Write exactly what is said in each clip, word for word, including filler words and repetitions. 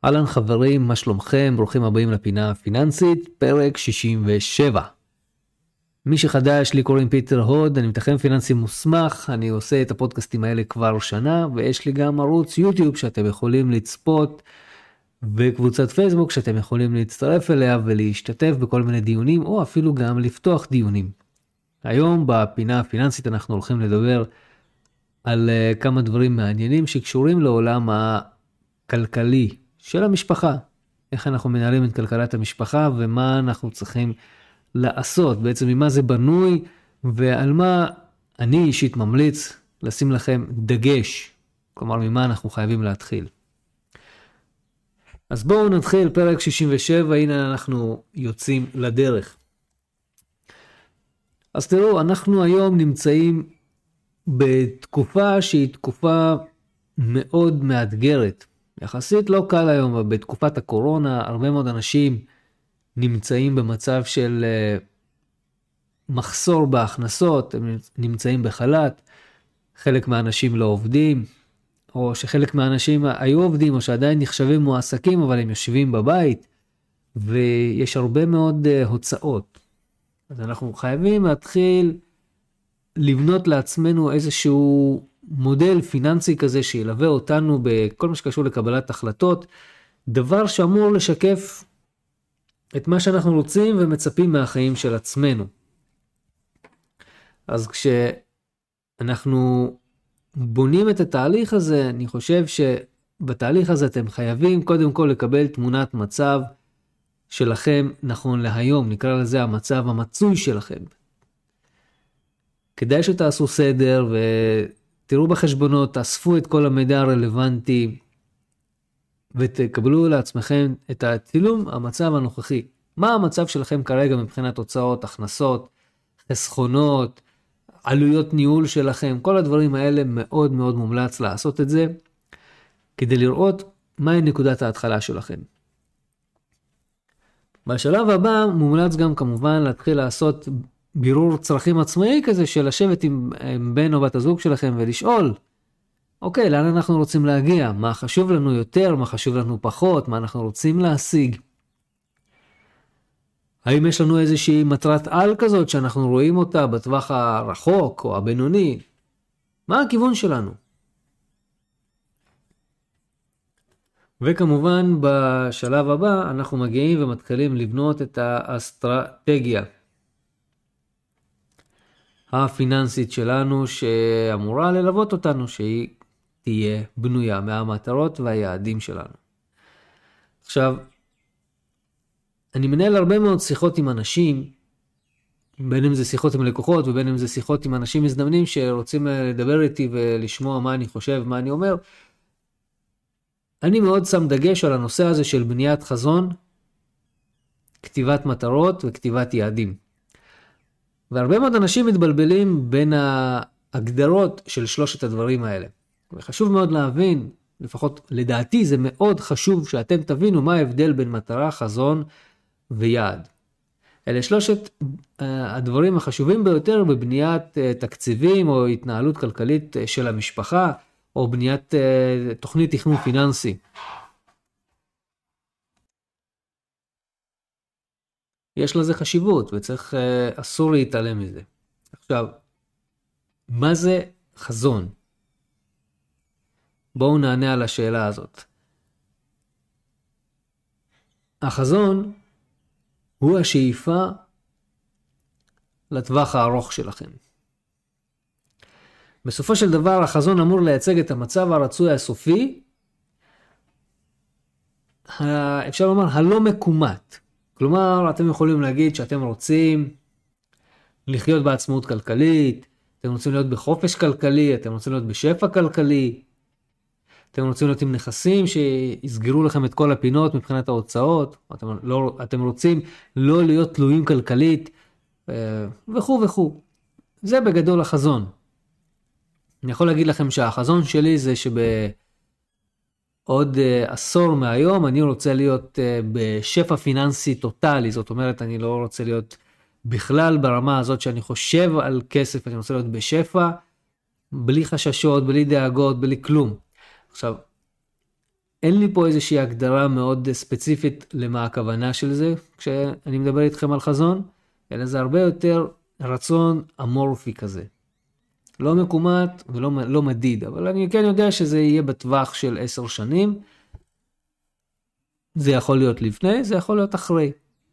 אהלן חברים, מה שלומכם? ברוכים הבאים לפינה הפיננסית, פרק שישים ושבע. מי שחדש, לי קוראים פיטר הוד, אני מתכנן פיננסי מוסמך, אני עושה את הפודקאסטים האלה כבר שנה, ויש לי גם ערוץ יוטיוב שאתם יכולים לצפות, וקבוצת פייסבוק שאתם יכולים להצטרף אליה ולהשתתף בכל מיני דיונים, או אפילו גם לפתוח דיונים. היום בפינה הפיננסית אנחנו הולכים לדבר על uh, כמה דברים מעניינים שקשורים לעולם הכלכלי של המשפחה. איך אנחנו מנהלים את כלכלת המשפחה ומה אנחנו צריכים לעשות, בעצם ממה זה בנוי ועל מה אני אישית ממליץ לשים לכם דגש, כלומר ממה אנחנו חייבים להתחיל. אז בואו נתחיל פרק שישים ושבע, הנה אנחנו יוצאים לדרך. אז תראו, אנחנו היום נמצאים בתקופה שהיא תקופה מאוד מאתגרת. יחסית לא קל היום, בתקופת הקורונה הרבה מאוד אנשים נמצאים במצב של מחסור בהכנסות, הם נמצאים בחל"ת, חלק מהאנשים לא עובדים, או שחלק מהאנשים היו עובדים או שעדיין נחשבים מועסקים אבל הם יושבים בבית, ויש הרבה מאוד הוצאות. אז אנחנו חייבים להתחיל לבנות לעצמנו איזשהו מודל פיננסי כזה שילווה אותנו בכל מה שקשור לקבלת החלטות, דבר שאמור לשקף את מה שאנחנו רוצים ומצפים מהחיים של עצמנו. אז כשאנחנו בונים את התהליך הזה, אני חושב שבתהליך הזה אתם חייבים קודם כל לקבל תמונת מצב שלכם נכון להיום, נקרא לזה המצב המצוי שלכם. כדאי שתעשו סדר ותראו בחשבונות, תאספו את כל המידע הרלוונטי ותקבלו לעצמכם את הצילום המצב הנוכחי. מה המצב שלכם כרגע מבחינת הוצאות, הכנסות, חסכונות, עלויות ניהול שלכם, כל הדברים האלה מאוד מאוד מומלץ לעשות את זה, כדי לראות מהי נקודת ההתחלה שלכם. בשלב הבא מומלץ גם כמובן להתחיל לעשות בירור צרכים עצמאי כזה, של לשבת עם, עם בן או בת הזוג שלכם ולשאול, אוקיי, לאן אנחנו רוצים להגיע? מה חשוב לנו יותר? מה חשוב לנו פחות? מה אנחנו רוצים להשיג? האם יש לנו איזושהי מטרת על כזאת שאנחנו רואים אותה בטווח הרחוק או הבינוני? מה הכיוון שלנו? וכמובן בשלב הבא אנחנו מגיעים ומתחילים לבנות את האסטרטגיה הפיננסית שלנו שאמורה ללוות אותנו, שהיא תהיה בנויה מהמטרות והיעדים שלנו. עכשיו, אני מנהל הרבה מאוד שיחות עם אנשים, בין אם זה שיחות עם לקוחות ובין אם זה שיחות עם אנשים מזדמנים שרוצים לדבר איתי ולשמוע מה אני חושב, מה אני אומר. אני מאוד שם דגש על הנושא הזה של בניית חזון, כתיבת מטרות וכתיבת יעדים. והרבה מאוד אנשים מתבלבלים בין ההגדרות של שלושת הדברים האלה. וחשוב מאוד להבין, לפחות לדעתי זה מאוד חשוב שאתם תבינו מה ההבדל בין מטרה, חזון ויעד. אלה שלושת הדברים החשובים ביותר בבניית תקציבים או התנהלות כלכלית של המשפחה, או בניית תוכנית תכנון פיננסי. יש לזה חשיבות וצריך, אסור להתעלם מזה. עכשיו, מה זה חזון? בואו נענה על השאלה הזאת. החזון הוא השאיפה לטווח הארוך שלכם. בסופו של דבר החזון אמור לייצג את המצב הרצוי הסופי, אפשר לומר הלא מקומט. כלומר, אתם יכולים להגיד שאתם רוצים לחיות בעצמאות כלכלית, אתם רוצים להיות בחופש כלכלי, אתם רוצים להיות בשפע כלכלי, אתם רוצים להיות עם נכסים שיסגרו לכם את כל הפינות מבחינת ההוצאות, אתם, לא, אתם רוצים לא להיות תלויים כלכלית, וכו' וכו'. זה בגדול החזון. אני יכול להגיד לכם שהחזון שלי זה שבעוד עשור מהיום אני רוצה להיות בשפע פיננסי טוטלי, זאת אומרת אני לא רוצה להיות בכלל ברמה הזאת שאני חושב על כסף, אני רוצה להיות בשפע, בלי חששות, בלי דאגות, בלי כלום. עכשיו, אין לי פה איזושהי הגדרה מאוד ספציפית למה הכוונה של זה, כשאני מדבר איתכם על חזון, אלא זה הרבה יותר רצון אמורפי כזה. לא מקומט ולא לא מדיד, אבל אני כן יודע שזה יהיה בטווח של עשר שנים. זה יכול להיות לפני, זה יכול להיות אחרי.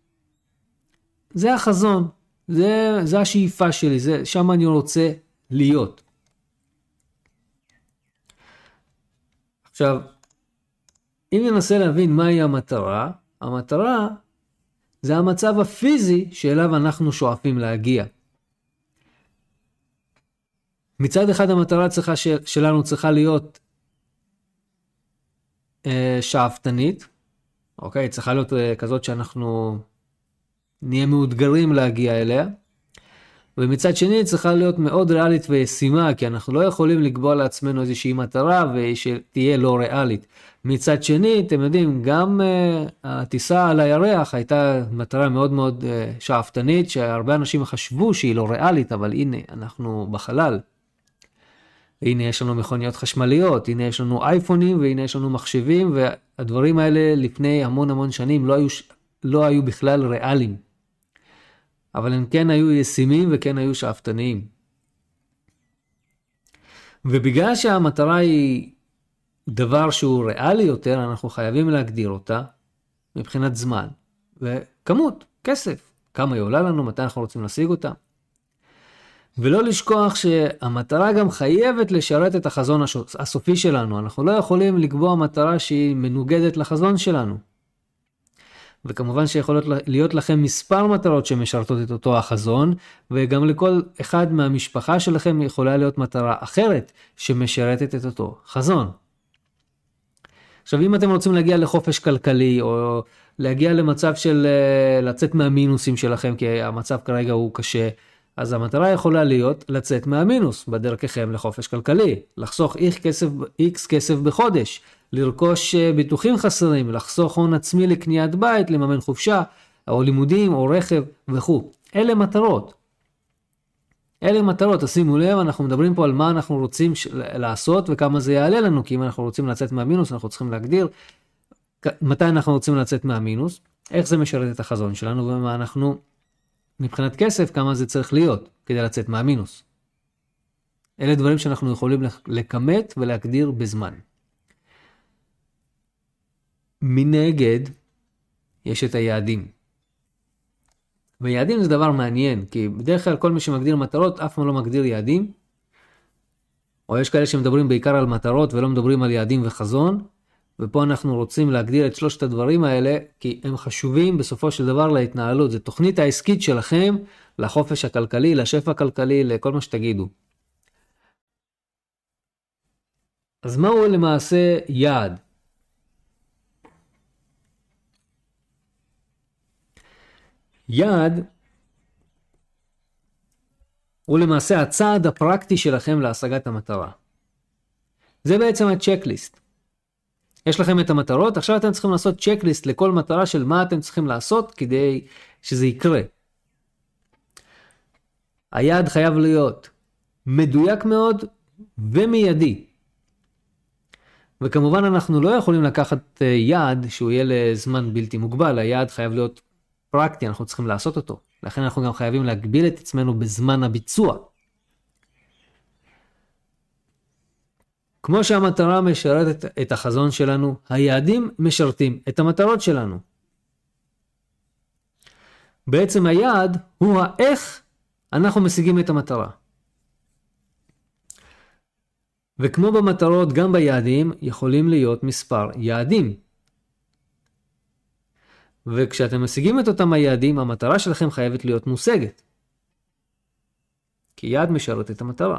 זה החזון, זה, זה השאיפה שלי, זה, שם אני רוצה להיות. עכשיו, אם ננסה להבין מהי המטרה, המטרה זה המצב הפיזי שאליו אנחנו שואפים להגיע. מצד אחד המטרה צריכה של, שלנו צריכה להיות אה, שאפתנית, אוקיי? צריכה להיות אה, כזאת שאנחנו נהיה מאותגרים להגיע אליה, ומצד שני צריכה להיות מאוד ריאלית וישימה, כי אנחנו לא יכולים לקבוע לעצמנו איזושהי מטרה ושתהיה לא ריאלית. מצד שני, אתם יודעים, גם uh, הטיסה על הירח הייתה מטרה מאוד מאוד uh, שאפתנית, שהרבה אנשים חשבו שהיא לא ריאלית, אבל הנה, אנחנו בחלל. הנה יש לנו מכוניות חשמליות, הנה יש לנו אייפונים, והנה יש לנו מחשבים, והדברים האלה לפני המון המון שנים לא היו, לא היו בכלל ריאליים. אבל הם כן היו ישימים וכן היו שאפתניים. ובגלל שהמטרה היא דבר שהוא ריאלי יותר, אנחנו חייבים להגדיר אותה מבחינת זמן וכמות, כסף. כמה היא עולה לנו, מתי אנחנו רוצים להשיג אותה. ולא לשכוח שהמטרה גם חייבת לשרת את החזון הסופי שלנו. אנחנו לא יכולים לקבוע מטרה שהיא מנוגדת לחזון שלנו. וכמובן שיכולות להיות לכם מספר מטרות שמשרתות את אותו החזון, וגם לכל אחד מהמשפחה שלכם יכולה להיות מטרה אחרת שמשרתת את אותו חזון. עכשיו, אם אתם רוצים להגיע לחופש כלכלי, או להגיע למצב של לצאת מהמינוסים שלכם, כי המצב כרגע הוא קשה, אז המטרה יכולה להיות לצאת מהמינוס בדרככם לחופש כלכלי, לחסוך X כסף, X כסף בחודש, לרכוש ביטוחים חסרים, לחסוך הון עצמי לקניית בית, לממן חופשה, או לימודים, או רכב וכו'. אלה מטרות. אלה מטרות, תשימו לב, אנחנו מדברים פה על מה אנחנו רוצים לעשות וכמה זה יעלה לנו, כי אם אנחנו רוצים לצאת מהמינוס, אנחנו צריכים להגדיר מתי אנחנו רוצים לצאת מהמינוס, איך זה משרת את החזון שלנו, ומה אנחנו, מבחינת כסף, כמה זה צריך להיות כדי לצאת מהמינוס. אלה דברים שאנחנו יכולים לכמת ולהגדיר בזמן. מנגד, יש את היעדים. ויעדים זה דבר מעניין, כי בדרך כלל כל מי שמגדיר מטרות, אף פעם לא מגדיר יעדים. או יש כאלה שמדברים בעיקר על מטרות ולא מדברים על יעדים וחזון. ופה אנחנו רוצים להגדיר את שלושת הדברים האלה, כי הם חשובים בסופו של דבר להתנהלות. זה תוכנית העסקית שלכם לחופש הכלכלי, לשפע הכלכלי, לכל מה שתגידו. אז מהו למעשה יעד? יעד הוא למעשה הצעד הפרקטי שלכם להשגת המטרה. זה בעצם הצ'קליסט. יש לכם את המטרות, עכשיו אתם צריכים לעשות צ'קליסט לכל מטרה של מה אתם צריכים לעשות כדי שזה יקרה. היעד חייב להיות מדויק מאוד ומיידי. וכמובן אנחנו לא יכולים לקחת יעד שהוא יהיה לזמן בלתי מוגבל, היעד חייב להיות פרקטי, אנחנו צריכים לעשות אותו. לכן אנחנו גם חייבים להגביל את עצמנו בזמן הביצוע. כמו שהמטרה משרתת את החזון שלנו, היעדים משרתים את המטרות שלנו. בעצם היעד הוא האיך אנחנו משיגים את המטרה. וכמו במטרות, גם ביעדים יכולים להיות מספר יעדים. וכשאתם משיגים את אותם היעדים, המטרה שלכם חייבת להיות מושגת. כי יעד משרת את המטרה.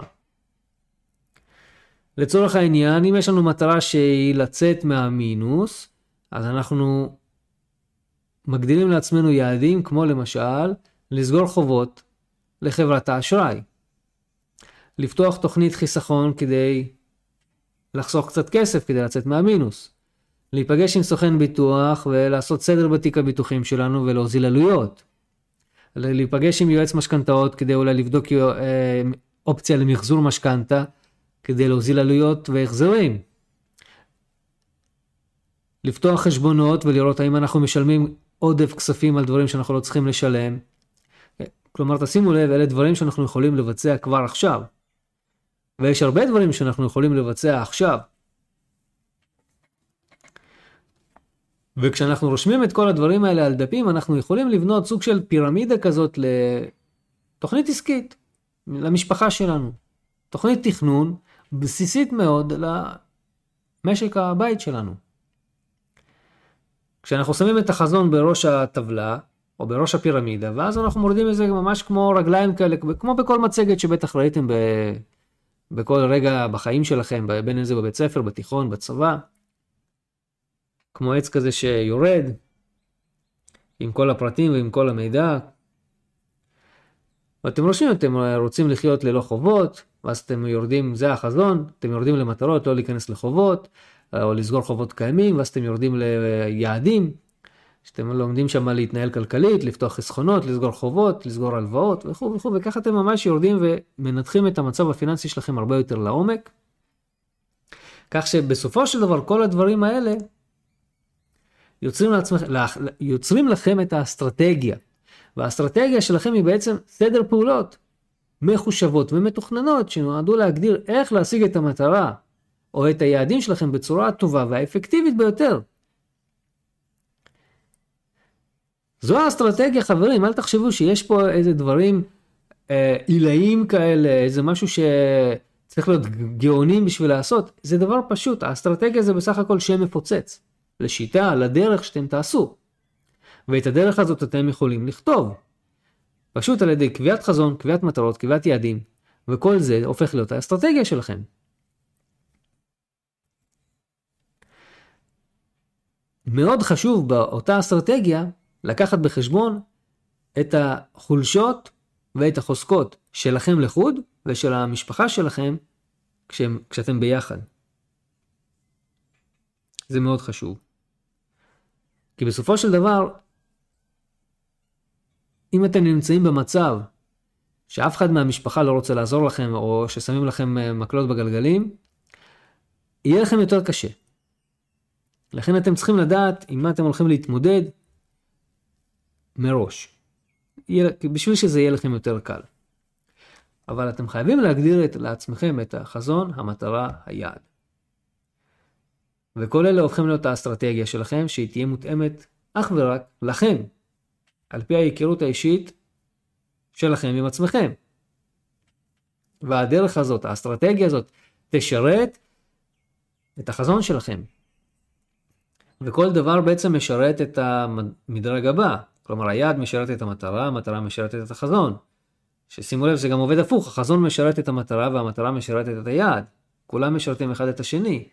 לצורך העניין, אם יש לנו מטרה שהיא לצאת מהמינוס, אז אנחנו מגדילים לעצמנו יעדים, כמו למשל, לסגור חובות לחברת האשראי. לפתוח תוכנית חיסכון כדי לחסוך קצת כסף, כדי לצאת מהמינוס. להיפגש עם סוכן ביטוח ולעשות סדר בתיק הביטוחים שלנו ולהוזיל עלויות. להיפגש עם יועץ משכנתאות כדי אולי לבדוק אופציה למחזור משכנתה, כדי להוזיל עלויות והחזרים. לפתוח חשבונות ולראות האם אנחנו משלמים עודף כספים על דברים שאנחנו לא צריכים לשלם. כלומר, תשימו לב, אלה דברים שאנחנו יכולים לבצע כבר עכשיו. ויש הרבה דברים שאנחנו יכולים לבצע עכשיו. וכשאנחנו רושמים את כל הדברים האלה על דפים, אנחנו יכולים לבנות סוג של פירמידה כזאת לתוכנית עסקית, למשפחה שלנו. תוכנית תכנון בסיסית מאוד למשק הבית שלנו. כשאנחנו שמים את החזון בראש הטבלה, או בראש הפירמידה, ואז אנחנו מורדים את זה ממש כמו רגליים כאלה, כמו בכל מצגת שבטח ראיתם ב... בכל רגע בחיים שלכם, בין אם זה בבית ספר, בתיכון, בצבא, כמו עץ כזה שיורד, עם כל הפרטים ועם כל המידע. ואתם רושמים, אתם רוצים לחיות ללא חובות, ואז אתם יורדים, זה החזון, אתם יורדים למטרות, לא להיכנס לחובות, או לסגור חובות קיימים, ואז אתם יורדים ליעדים, שאתם לומדים שם להתנהל כלכלית, לפתוח חסכונות, לסגור חובות, לסגור הלוואות וכו' וכו', וככה אתם ממש יורדים ומנתחים את המצב הפיננסי שלכם הרבה יותר לעומק. כך שבסופו של דבר כל הדברים האלה יוצרים, לעצמכם, יוצרים לכם את האסטרטגיה. והאסטרטגיה שלכם היא בעצם סדר פעולות מחושבות ומתוכננות שנועדו להגדיר איך להשיג את המטרה או את היעדים שלכם בצורה הטובה והאפקטיבית ביותר. זו האסטרטגיה, חברים, אל תחשבו שיש פה איזה דברים אה, עילאיים כאלה, איזה משהו שצריך להיות גאונים בשביל לעשות. זה דבר פשוט, האסטרטגיה זה בסך הכל שם מפוצץ, לשיטה, לדרך שאתם תעשו. ואת הדרך הזאת אתם יכולים לכתוב. פשוט על ידי קביעת חזון, קביעת מטרות, קביעת יעדים, וכל זה הופך להיות האסטרטגיה שלכם. מאוד חשוב באותה אסטרטגיה, לקחת בחשבון את החולשות ואת החוזקות שלכם לחוד ושל המשפחה שלכם כשהם, כשאתם ביחד. זה מאוד חשוב. כי בסופו של דבר, אם אתם נמצאים במצב שאף אחד מהמשפחה לא רוצה לעזור לכם או ששמים לכם מקלות בגלגלים, יהיה לכם יותר קשה. לכן אתם צריכים לדעת עם מה אתם הולכים להתמודד מראש, בשביל שזה יהיה לכם יותר קל. אבל אתם חייבים להגדיר את, לעצמכם את החזון, המטרה, היעד. וכל אלה הופכים להיות האסטרטגיה שלכם, שהיא תהיה מותאמת אך ורק לכם, על פי ההיכרות האישית שלכם עם עצמכם. והדרך הזאת, האסטרטגיה הזאת, תשרת את החזון שלכם. וכל דבר בעצם משרת את המדרג הבא. כלומר, היעד משרת את המטרה, המטרה משרתת את החזון. ששימו לב, זה גם עובד הפוך. החזון משרת את המטרה והמטרה משרתת את היעד. כולם משרתים אחד את השני.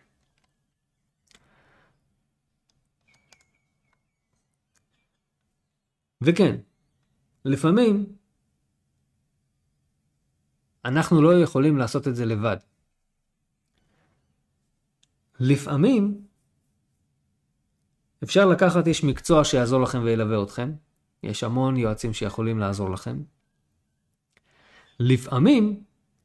וכן, לפעמים אנחנו לא יכולים לעשות את זה לבד. לפעמים אפשר לקחת איש מקצוע שיעזור לכם וילווה אתכם. יש המון יועצים שיכולים לעזור לכם. לפעמים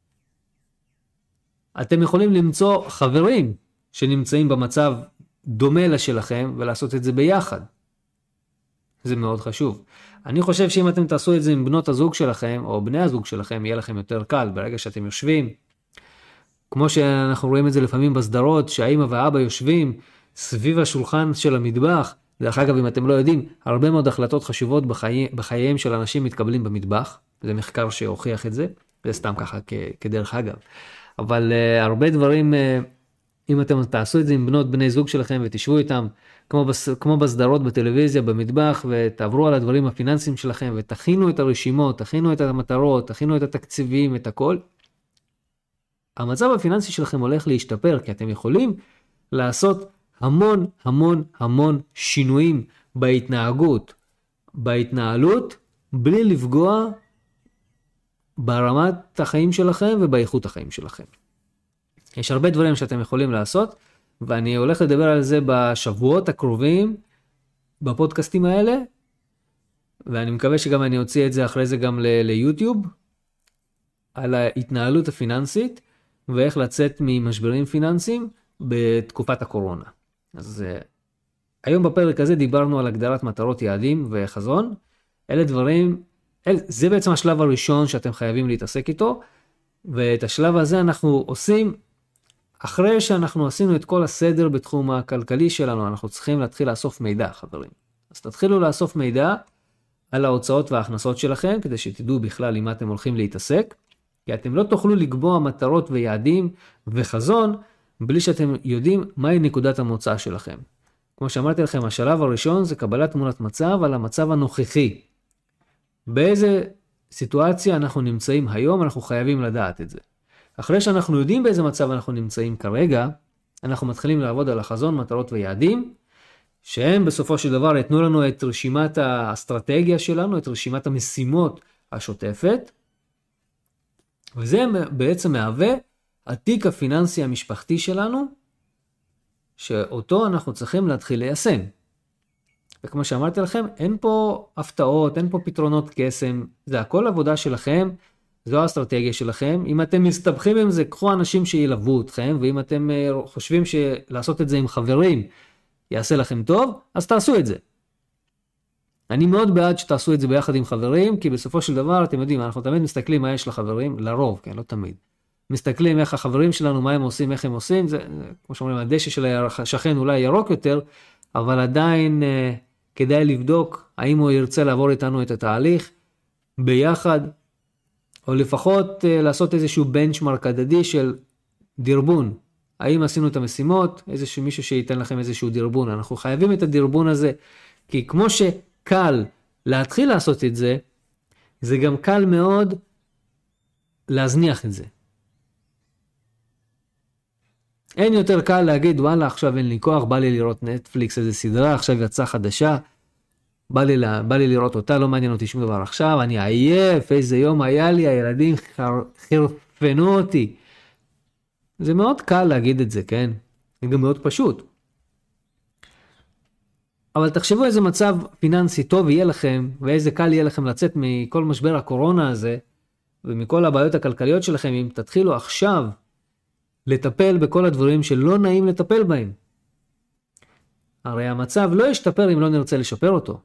אתם יכולים למצוא חברים שנמצאים במצב דומה לשלכם ולעשות את זה ביחד. זה מאוד חשוב. אני חושב שאם אתם תעשו את זה עם בנות הזוג שלכם או בני הזוג שלכם, יהיה לכם יותר קל ברגע שאתם יושבים. כמו שאנחנו רואים את זה לפעמים בסדרות, שהאמא והאבא יושבים סביב השולחן של המטבח. דרך אגב, אם אתם לא יודעים, הרבה מאוד החלטות חשובות בחי... בחייהם של אנשים מתקבלים במטבח. זה מחקר שהוכיח את זה. זה סתם ככה כ... כדרך אגב. אבל uh, הרבה דברים, uh, אם אתם תעשו את זה עם בנות בני זוג שלכם ותשבו איתם, כמו, בס... כמו בסדרות בטלוויזיה, במטבח, ותעברו על הדברים הפיננסיים שלכם, ותכינו את הרשימות, תכינו את המטרות, תכינו את התקציבים, את הכל. המצב הפיננסי שלכם הולך להשתפר, כי אתם יכולים לעשות המון המון המון שינויים בהתנהגות, בהתנהלות, בלי לפגוע ברמת החיים שלכם ובאיכות החיים שלכם. יש הרבה דברים שאתם יכולים לעשות, ואני הולך לדבר על זה בשבועות הקרובים בפודקאסטים האלה, ואני מקווה שגם אני אוציא את זה אחרי זה גם ליוטיוב, על ההתנהלות הפיננסית, ואיך לצאת ממשברים פיננסיים בתקופת הקורונה. אז היום בפרק הזה דיברנו על הגדרת מטרות, יעדים וחזון. אלה דברים, אל, זה בעצם השלב הראשון שאתם חייבים להתעסק איתו, ואת השלב הזה אנחנו עושים אחרי שאנחנו עשינו את כל הסדר בתחום הכלכלי שלנו. אנחנו צריכים להתחיל לאסוף מידע, חברים. אז תתחילו לאסוף מידע על ההוצאות וההכנסות שלכם, כדי שתדעו בכלל עם מה אתם הולכים להתעסק, כי אתם לא תוכלו לקבוע מטרות ויעדים וחזון, בלי שאתם יודעים מהי נקודת המוצא שלכם. כמו שאמרתי לכם, השלב הראשון זה קבלת תמונת מצב על המצב הנוכחי. באיזה סיטואציה אנחנו נמצאים היום, אנחנו חייבים לדעת את זה. אחרי שאנחנו יודעים באיזה מצב אנחנו נמצאים כרגע, אנחנו מתחילים לעבוד על החזון, מטרות ויעדים, שהם בסופו של דבר יתנו לנו את רשימת האסטרטגיה שלנו, את רשימת המשימות השוטפת, וזה בעצם מהווה התיק הפיננסי המשפחתי שלנו, שאותו אנחנו צריכים להתחיל ליישם. וכמו שאמרתי לכם, אין פה הפתעות, אין פה פתרונות קסם, זה הכל עבודה שלכם, זו האסטרטגיה שלכם. אם אתם מסתבכים עם זה, קחו אנשים שילוו אתכם, ואם אתם חושבים שלעשות את זה עם חברים יעשה לכם טוב, אז תעשו את זה. אני מאוד בעד שתעשו את זה ביחד עם חברים, כי בסופו של דבר, אתם יודעים, אנחנו תמיד מסתכלים מה יש לחברים, לרוב, כן, לא תמיד. מסתכלים איך החברים שלנו, מה הם עושים, איך הם עושים, זה, כמו שאומרים, הדשא של השכן אולי ירוק יותר, אבל עדיין אה, כדאי לבדוק האם הוא ירצה לעבור איתנו את התהליך ביחד, או לפחות אה, לעשות איזשהו בנצ'מרק הדדי של דרבון. האם עשינו את המשימות, איזשהו מישהו שייתן לכם איזשהו דרבון. אנחנו חייבים את הדרבון הזה, כי כמו שקל להתחיל לעשות את זה, זה גם קל מאוד להזניח את זה. אין יותר קל להגיד, וואלה, עכשיו אין לי כוח, בא לי לראות נטפליקס, איזה סדרה, עכשיו יצאה חדשה, בא לי, בא לי לראות אותה, לא מעניין אותי שום דבר עכשיו, אני עייף, איזה יום היה לי, הילדים חרפנו אותי. זה מאוד קל להגיד את זה, כן? זה גם מאוד פשוט. אבל תחשבו איזה מצב פיננסי טוב יהיה לכם, ואיזה קל יהיה לכם לצאת מכל משבר הקורונה הזה, ומכל הבעיות הכלכליות שלכם, אם תתחילו עכשיו לטפל בכל הדברים שלא נעים לטפל בהם. הרי המצב לא ישתפר אם לא נרצה לשפר אותו.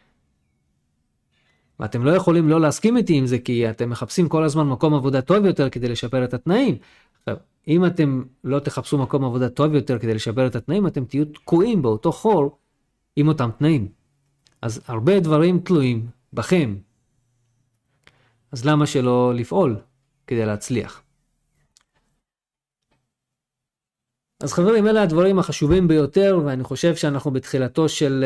ואתם לא יכולים לא להסכים איתי עם זה, כי אתם מחפשים כל הזמן מקום עבודה טוב יותר כדי לשפר את התנאים. עכשיו, אם אתם לא תחפשו מקום עבודה טוב יותר כדי לשפר את התנאים, אתם תהיו תקועים באותו חור עם אותם תנאים. אז הרבה דברים תלויים בכם. אז למה שלא לפעול כדי להצליח? אז חברים, אלה הדברים החשובים ביותר, ואני חושב שאנחנו בתחילתו של,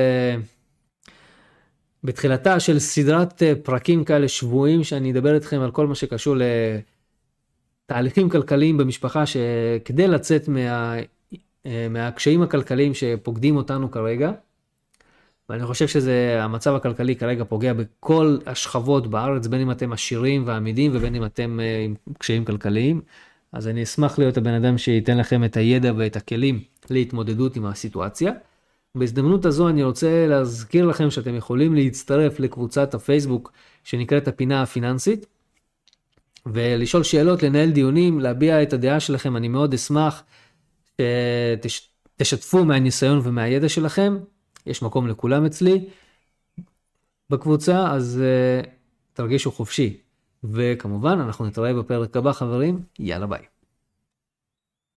בתחילתה של סדרת פרקים כאלה שבועים, שאני אדבר איתכם על כל מה שקשור לתהליכים כלכליים במשפחה, שכדי לצאת מה, מהקשיים הכלכליים שפוקדים אותנו כרגע, ואני חושב שזה, המצב הכלכלי כרגע פוגע בכל השכבות בארץ, בין אם אתם עשירים ועמידים, ובין אם אתם עם קשיים כלכליים. אז אני אשמח להיות הבן אדם שייתן לכם את הידע ואת הכלים להתמודדות עם הסיטואציה. בהזדמנות הזו אני רוצה להזכיר לכם שאתם יכולים להצטרף לקבוצת הפייסבוק שנקראת הפינה הפיננסית, ולשאול שאלות, לנהל דיונים, להביע את הדעה שלכם. אני מאוד אשמח שתשתפו מהניסיון ומהידע שלכם. יש מקום לכולם אצלי בקבוצה, אז תרגישו חופשי. וכמובן, אנחנו נתראה בפרק הבא, חברים. יאללה ביי.